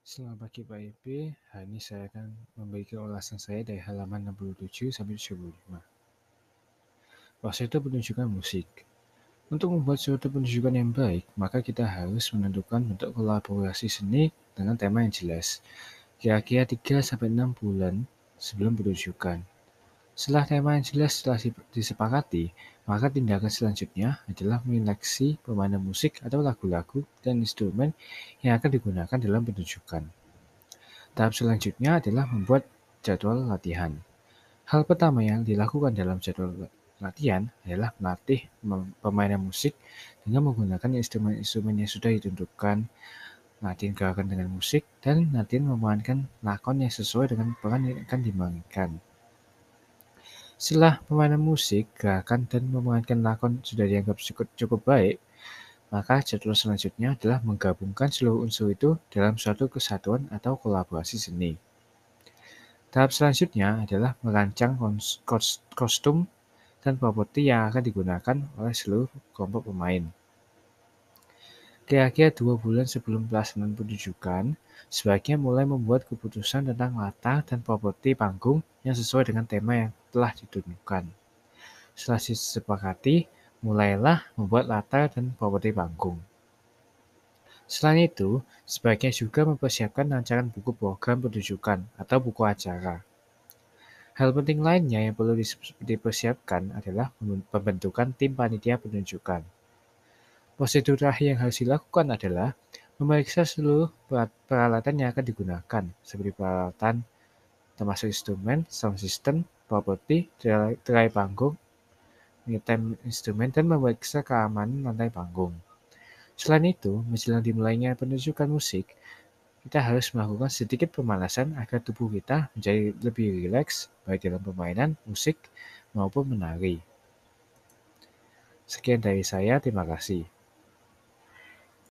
Selamat pagi Pak Ibe, hari ini saya akan memberikan ulasan saya dari halaman 67 sampai 75. Prosedur penunjukan musik. Untuk membuat suatu penunjukan yang baik, maka kita harus menentukan bentuk kolaborasi seni dengan tema yang jelas, kira-kira 3 sampai 6 bulan sebelum penunjukan. Setelah tema yang jelas telah disepakati, maka tindakan selanjutnya adalah menyeleksi pemainan musik atau lagu-lagu dan instrumen yang akan digunakan dalam penunjukan. Tahap selanjutnya adalah membuat jadwal latihan. Hal pertama yang dilakukan dalam jadwal latihan adalah melatih pemainan musik dengan menggunakan instrumen-instrumen yang sudah ditentukan, latihan gerakan dengan musik, dan latihan memainkan lakon yang sesuai dengan peran yang akan dimainkan. Setelah pemainan musik, gerakan, dan memainkan lakon sudah dianggap cukup baik, maka jadwal selanjutnya adalah menggabungkan seluruh unsur itu dalam suatu kesatuan atau kolaborasi seni. Tahap selanjutnya adalah merancang kostum dan properti yang akan digunakan oleh seluruh kelompok pemain. Kira-kira 2 bulan sebelum pelaksanaan penunjukan, sebaiknya mulai membuat keputusan tentang latar dan properti panggung yang sesuai dengan tema yang telah ditentukan. Setelah disepakati, mulailah membuat latar dan properti panggung. Selain itu, sebaiknya juga mempersiapkan rancangan buku program penunjukan atau buku acara. Hal penting lainnya yang perlu dipersiapkan adalah pembentukan tim panitia penunjukan. Prosedur terakhir yang harus dilakukan adalah memeriksa seluruh peralatan yang akan digunakan, seperti peralatan termasuk instrumen, sound system, properti, tirai panggung, ngetem instrumen, dan memeriksa keamanan lantai panggung. Selain itu, menjelang dimulainya penunjukan musik, kita harus melakukan sedikit pemanasan agar tubuh kita menjadi lebih rileks, baik dalam permainan musik maupun menari. Sekian dari saya, terima kasih.